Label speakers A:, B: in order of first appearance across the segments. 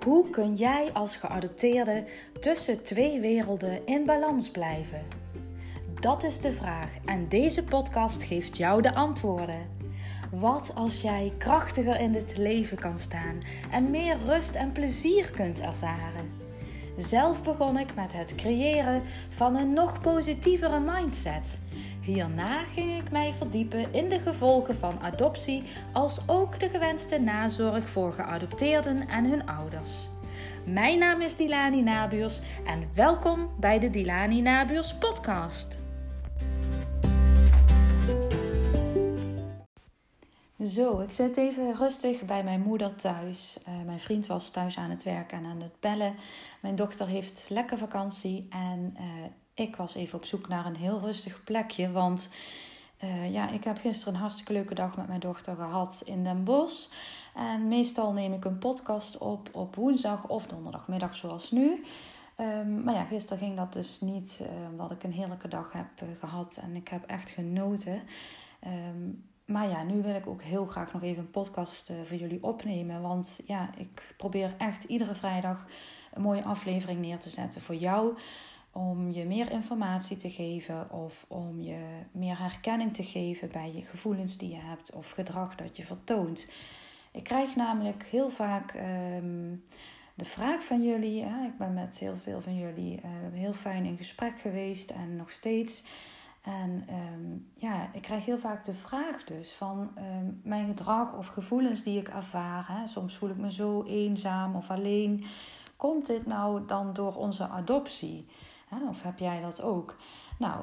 A: Hoe kun jij als geadopteerde tussen twee werelden in balans blijven? Dat is de vraag en deze podcast geeft jou de antwoorden. Wat als jij krachtiger in dit leven kan staan en meer rust en plezier kunt ervaren? Zelf begon ik met het creëren van een nog positievere mindset. Hierna ging ik mij verdiepen in de gevolgen van adoptie, als ook de gewenste nazorg voor geadopteerden en hun ouders. Mijn naam is Dilani Nabuurs en welkom bij de Dilani Nabuurs podcast. Zo, ik zit even rustig bij mijn moeder thuis. Mijn vriend was thuis aan het werk en aan het bellen. Mijn dochter heeft lekker vakantie en ik was even op zoek naar een heel rustig plekje. Want ik heb gisteren een hartstikke leuke dag met mijn dochter gehad in Den Bosch. En meestal neem ik een podcast op woensdag of donderdagmiddag zoals nu. Maar gisteren ging dat dus niet, omdat ik een heerlijke dag heb gehad en ik heb echt genoten. Maar nu wil ik ook heel graag nog even een podcast voor jullie opnemen. Want ik probeer echt iedere vrijdag een mooie aflevering neer te zetten voor jou. Om je meer informatie te geven of om je meer herkenning te geven bij je gevoelens die je hebt of gedrag dat je vertoont. Ik krijg namelijk heel vaak de vraag van jullie. Ik ben met heel veel van jullie heel fijn in gesprek geweest en nog steeds. En ik krijg heel vaak de vraag dus van mijn gedrag of gevoelens die ik ervaar. Soms voel ik me zo eenzaam of alleen. Komt dit nou dan door onze adoptie? Of heb jij dat ook? Nou,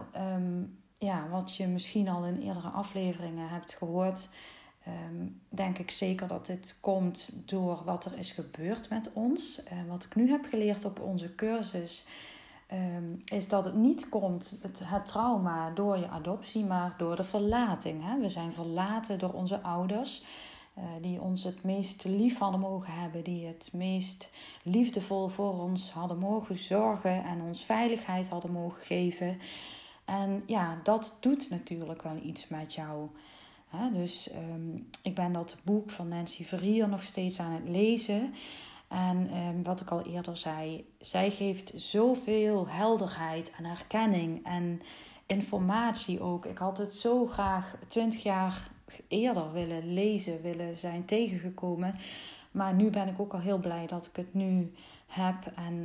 A: wat je misschien al in eerdere afleveringen hebt gehoord, denk ik zeker dat dit komt door wat er is gebeurd met ons. Wat ik nu heb geleerd op onze cursus, is dat het niet komt, het trauma, door je adoptie, maar door de verlating. We zijn verlaten door onze ouders, die ons het meest lief hadden mogen hebben, die het meest liefdevol voor ons hadden mogen zorgen en ons veiligheid hadden mogen geven. En dat doet natuurlijk wel iets met jou. Dus ik ben dat boek van Nancy Verrier nog steeds aan het lezen. En wat ik al eerder zei, zij geeft zoveel helderheid en herkenning en informatie ook. Ik had het zo graag 20 jaar eerder willen lezen, willen zijn tegengekomen. Maar nu ben ik ook al heel blij dat ik het nu heb en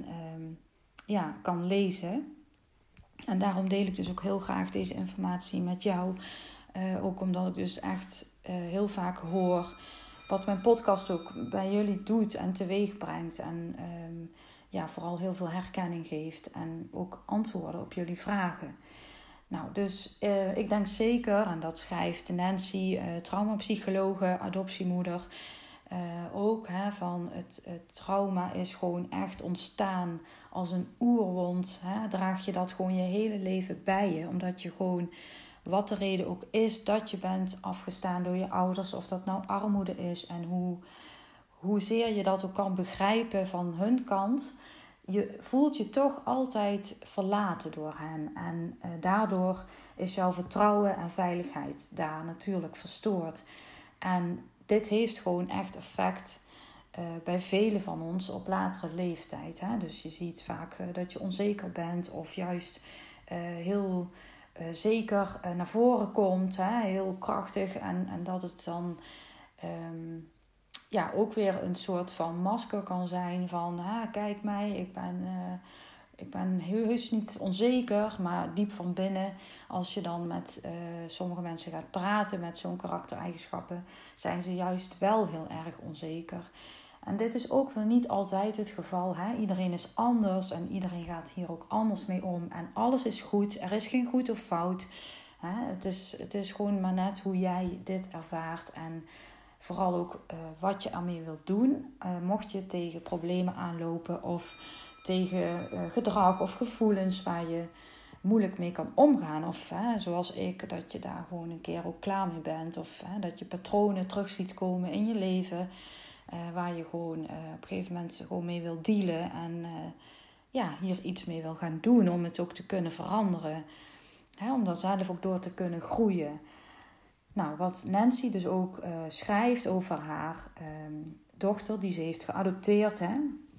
A: kan lezen. En daarom deel ik dus ook heel graag deze informatie met jou. Ook omdat ik dus echt heel vaak hoor wat mijn podcast ook bij jullie doet en teweeg brengt. En vooral heel veel herkenning geeft. En ook antwoorden op jullie vragen. Nou, dus ik denk zeker, en dat schrijft Nancy, traumapsychologe, adoptiemoeder, ook van het trauma is gewoon echt ontstaan als een oerwond. Draag je dat gewoon je hele leven bij je. Omdat je gewoon, wat de reden ook is, dat je bent afgestaan door je ouders. Of dat nou armoede is en hoezeer je dat ook kan begrijpen van hun kant. Je voelt je toch altijd verlaten door hen. En daardoor is jouw vertrouwen en veiligheid daar natuurlijk verstoord. En dit heeft gewoon echt effect bij velen van ons op latere leeftijd. Dus je ziet vaak dat je onzeker bent of juist heel zeker naar voren komt. Heel krachtig en dat het dan ook weer een soort van masker kan zijn van kijk mij, ik ben heus niet onzeker, maar diep van binnen, als je dan met sommige mensen gaat praten met zo'n karaktereigenschappen, zijn ze juist wel heel erg onzeker. En dit is ook wel niet altijd het geval. Iedereen is anders en iedereen gaat hier ook anders mee om. En alles is goed, er is geen goed of fout. Het is gewoon maar net hoe jij dit ervaart en vooral ook wat je ermee wilt doen. Mocht je tegen problemen aanlopen of tegen gedrag of gevoelens waar je moeilijk mee kan omgaan. Of zoals ik, dat je daar gewoon een keer ook klaar mee bent. Of dat je patronen terug ziet komen in je leven. Waar je gewoon op een gegeven moment gewoon mee wil dealen. En hier iets mee wil gaan doen om het ook te kunnen veranderen. Om daar zelf ook door te kunnen groeien. Nou, wat Nancy dus ook schrijft over haar dochter die ze heeft geadopteerd.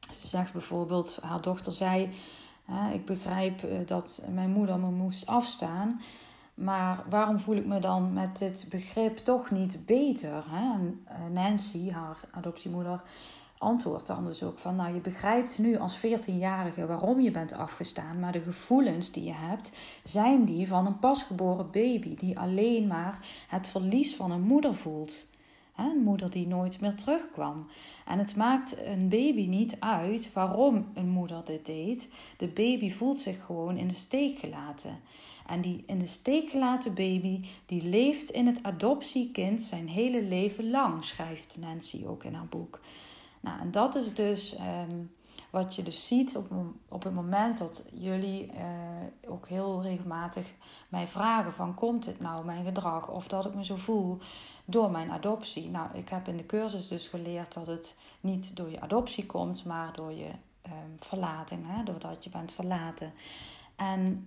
A: Ze zegt bijvoorbeeld, haar dochter zei, ik begrijp dat mijn moeder me moest afstaan. Maar waarom voel ik me dan met dit begrip toch niet beter? En Nancy, haar adoptiemoeder, antwoordt dan dus ook van... Nou, je begrijpt nu als 14-jarige waarom je bent afgestaan. Maar de gevoelens die je hebt, zijn die van een pasgeboren baby... die alleen maar het verlies van een moeder voelt. Een moeder die nooit meer terugkwam. En het maakt een baby niet uit waarom een moeder dit deed. De baby voelt zich gewoon in de steek gelaten. En die in de steek gelaten baby, die leeft in het adoptiekind zijn hele leven lang, schrijft Nancy ook in haar boek. Nou, en dat is dus wat je dus ziet op het moment dat jullie ook heel regelmatig mij vragen van... komt dit nou, mijn gedrag, of dat ik me zo voel door mijn adoptie? Nou, ik heb in de cursus dus geleerd dat het niet door je adoptie komt, maar door je verlating, doordat je bent verlaten. En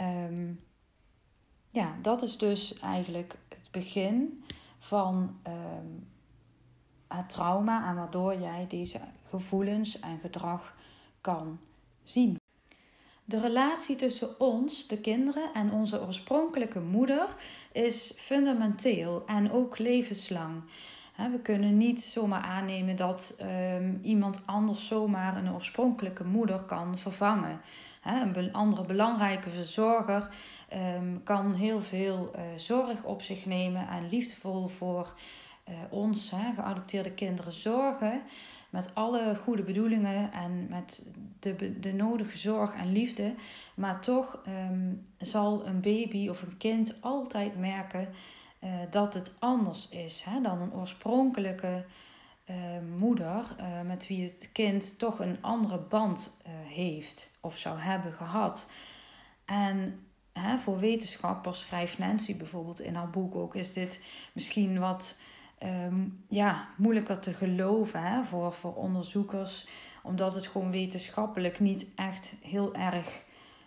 A: dat is dus eigenlijk het begin van het trauma en waardoor jij deze gevoelens en gedrag kan zien. De relatie tussen ons, de kinderen, en onze oorspronkelijke moeder is fundamenteel en ook levenslang. We kunnen niet zomaar aannemen dat iemand anders zomaar een oorspronkelijke moeder kan vervangen. Een andere belangrijke verzorger kan heel veel zorg op zich nemen en liefdevol voor ons, geadopteerde kinderen, zorgen. Met alle goede bedoelingen en met de nodige zorg en liefde. Maar toch zal een baby of een kind altijd merken dat het anders is dan een oorspronkelijke moeder met wie het kind toch een andere band heeft of zou hebben gehad. En voor wetenschappers, schrijft Nancy bijvoorbeeld in haar boek ook, is dit misschien wat moeilijker te geloven voor onderzoekers, omdat het gewoon wetenschappelijk niet echt heel erg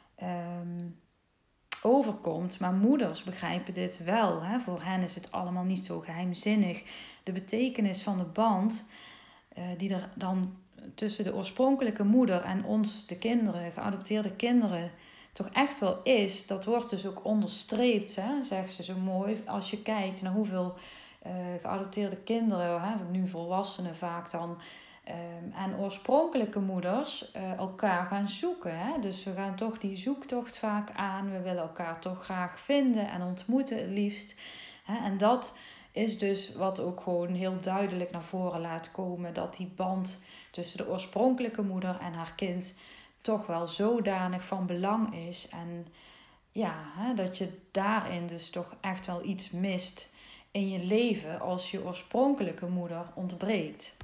A: overkomt. Maar moeders begrijpen dit wel. Voor hen is het allemaal niet zo geheimzinnig. De betekenis van de band die er dan tussen de oorspronkelijke moeder en ons, de kinderen, geadopteerde kinderen, toch echt wel is, dat wordt dus ook onderstreept, zegt ze zo mooi. Als je kijkt naar hoeveel geadopteerde kinderen, nu volwassenen vaak dan, en oorspronkelijke moeders elkaar gaan zoeken. Dus we gaan toch die zoektocht vaak aan. We willen elkaar toch graag vinden en ontmoeten het liefst. En dat is dus wat ook gewoon heel duidelijk naar voren laat komen. Dat die band tussen de oorspronkelijke moeder en haar kind toch wel zodanig van belang is. En dat je daarin dus toch echt wel iets mist in je leven als je oorspronkelijke moeder ontbreekt.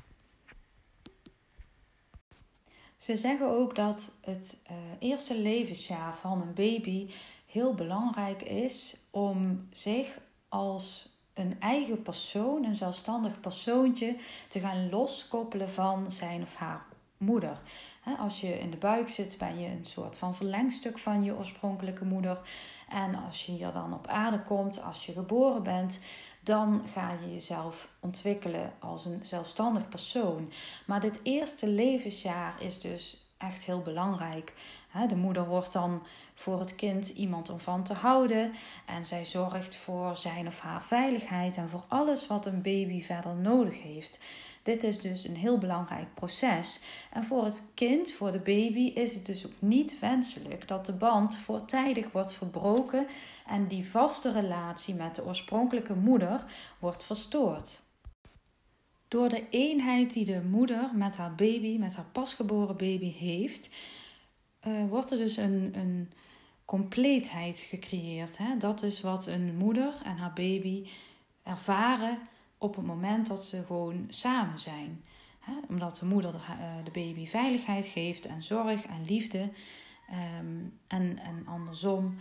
A: Ze zeggen ook dat het eerste levensjaar van een baby heel belangrijk is om zich als een eigen persoon, een zelfstandig persoontje, te gaan loskoppelen van zijn of haar moeder. Als je in de buik zit, ben je een soort van verlengstuk van je oorspronkelijke moeder. En als je hier dan op aarde komt, als je geboren bent, dan ga je jezelf ontwikkelen als een zelfstandig persoon. Maar dit eerste levensjaar is dus echt heel belangrijk. De moeder wordt dan voor het kind iemand om van te houden. En zij zorgt voor zijn of haar veiligheid en voor alles wat een baby verder nodig heeft. Dit is dus een heel belangrijk proces. En voor het kind, voor de baby, is het dus ook niet wenselijk dat de band voortijdig wordt verbroken en die vaste relatie met de oorspronkelijke moeder wordt verstoord. Door de eenheid die de moeder met haar baby, met haar pasgeboren baby heeft, wordt er dus een compleetheid gecreëerd. Dat is wat een moeder en haar baby ervaren op het moment dat ze gewoon samen zijn. Omdat de moeder de baby veiligheid geeft en zorg en liefde. En andersom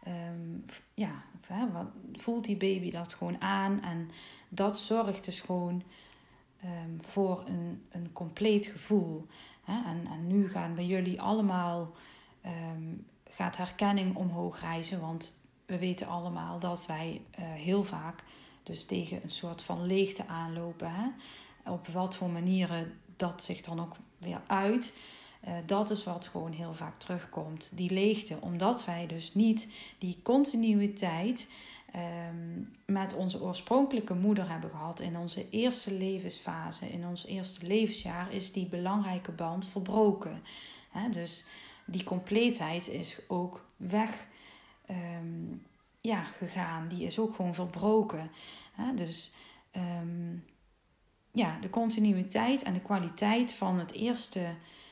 A: voelt die baby dat gewoon aan. En dat zorgt dus gewoon voor een compleet gevoel. En nu gaan bij jullie allemaal, gaat herkenning omhoog reizen. Want we weten allemaal dat wij heel vaak dus tegen een soort van leegte aanlopen. Op wat voor manieren dat zich dan ook weer uit. Dat is wat gewoon heel vaak terugkomt. Die leegte. Omdat wij dus niet die continuïteit met onze oorspronkelijke moeder hebben gehad. In onze eerste levensfase, in ons eerste levensjaar, is die belangrijke band verbroken. Dus die compleetheid is ook weg gegaan. Die is ook gewoon verbroken. Dus de continuïteit en de kwaliteit van het eerste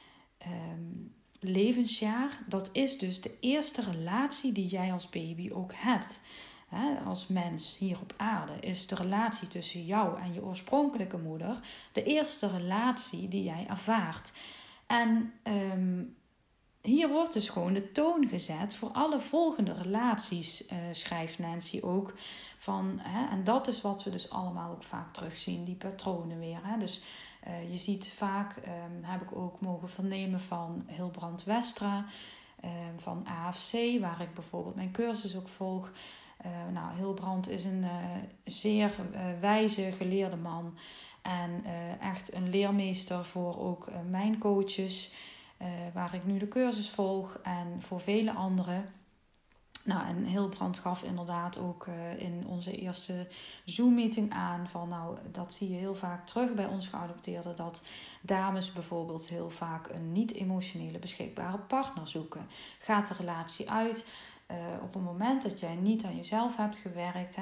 A: levensjaar, dat is dus de eerste relatie die jij als baby ook hebt. Als mens hier op aarde is de relatie tussen jou en je oorspronkelijke moeder de eerste relatie die jij ervaart. En hier wordt dus gewoon de toon gezet voor alle volgende relaties, schrijft Nancy ook. En dat is wat we dus allemaal ook vaak terugzien, die patronen weer. Dus je ziet vaak, heb ik ook mogen vernemen van Hilbrand Westra, van AFC, waar ik bijvoorbeeld mijn cursus ook volg. Hilbrand is een zeer wijze, geleerde man. En echt een leermeester voor ook mijn coaches, waar ik nu de cursus volg en voor vele anderen. En Hilbrand gaf inderdaad ook in onze eerste Zoom-meeting aan van dat zie je heel vaak terug bij ons geadopteerden, dat dames bijvoorbeeld heel vaak een niet-emotionele beschikbare partner zoeken. Gaat de relatie uit op het moment dat jij niet aan jezelf hebt gewerkt,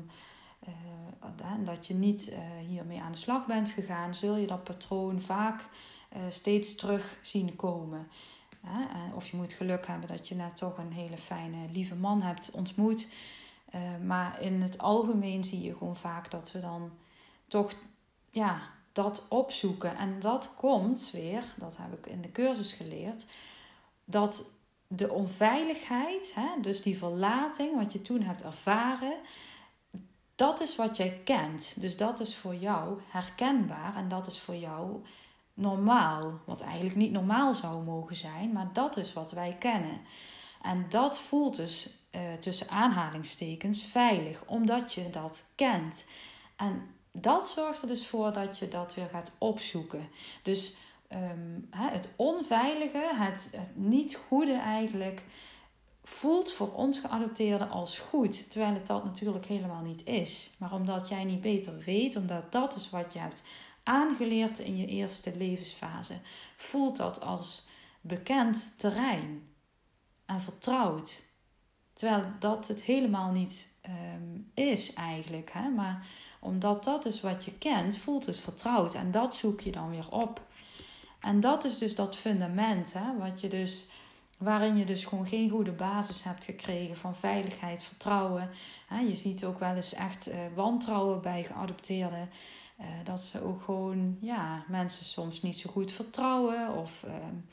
A: dat je niet hiermee aan de slag bent gegaan, zul je dat patroon vaak steeds terug zien komen. Of je moet geluk hebben dat je net toch een hele fijne, lieve man hebt ontmoet. Maar in het algemeen zie je gewoon vaak dat we dan toch dat opzoeken. En dat komt weer, dat heb ik in de cursus geleerd, dat de onveiligheid, dus die verlating, wat je toen hebt ervaren, dat is wat jij kent. Dus dat is voor jou herkenbaar en dat is voor jou normaal. Wat eigenlijk niet normaal zou mogen zijn, maar dat is wat wij kennen. En dat voelt dus tussen aanhalingstekens veilig, omdat je dat kent. En dat zorgt er dus voor dat je dat weer gaat opzoeken. Dus het onveilige, het niet goede eigenlijk, voelt voor ons geadopteerden als goed. Terwijl het dat natuurlijk helemaal niet is. Maar omdat jij niet beter weet, omdat dat is wat je hebt aangeleerd in je eerste levensfase, voelt dat als bekend terrein en vertrouwd. Terwijl dat het helemaal niet is eigenlijk. Maar omdat dat is wat je kent, voelt het vertrouwd. En dat zoek je dan weer op. En dat is dus dat fundament, waarin je dus gewoon geen goede basis hebt gekregen van veiligheid, vertrouwen. Je ziet ook wel eens echt wantrouwen bij geadopteerden. Dat ze ook gewoon mensen soms niet zo goed vertrouwen of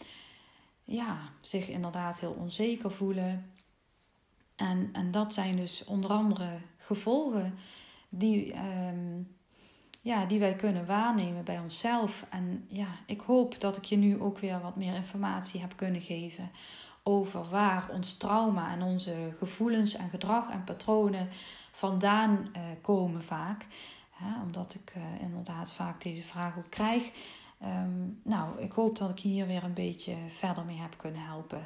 A: zich inderdaad heel onzeker voelen. En dat zijn dus onder andere gevolgen die wij kunnen waarnemen bij onszelf. En ik hoop dat ik je nu ook weer wat meer informatie heb kunnen geven over waar ons trauma en onze gevoelens en gedrag en patronen vandaan komen vaak. Omdat ik inderdaad vaak deze vraag ook krijg. Ik hoop dat ik hier weer een beetje verder mee heb kunnen helpen.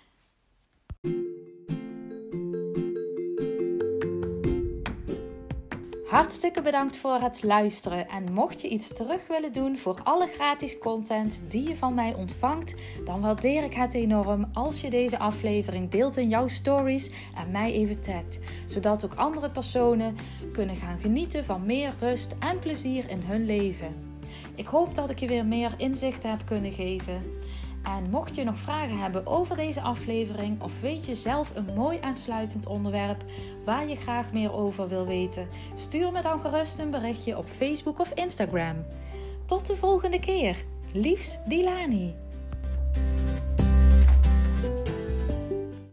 A: Hartstikke bedankt voor het luisteren. En mocht je iets terug willen doen voor alle gratis content die je van mij ontvangt, dan waardeer ik het enorm als je deze aflevering deelt in jouw stories en mij even tagt. Zodat ook andere personen kunnen gaan genieten van meer rust en plezier in hun leven. Ik hoop dat ik je weer meer inzichten heb kunnen geven. En mocht je nog vragen hebben over deze aflevering of weet je zelf een mooi aansluitend onderwerp waar je graag meer over wil weten, stuur me dan gerust een berichtje op Facebook of Instagram. Tot de volgende keer. Liefs, Dilani.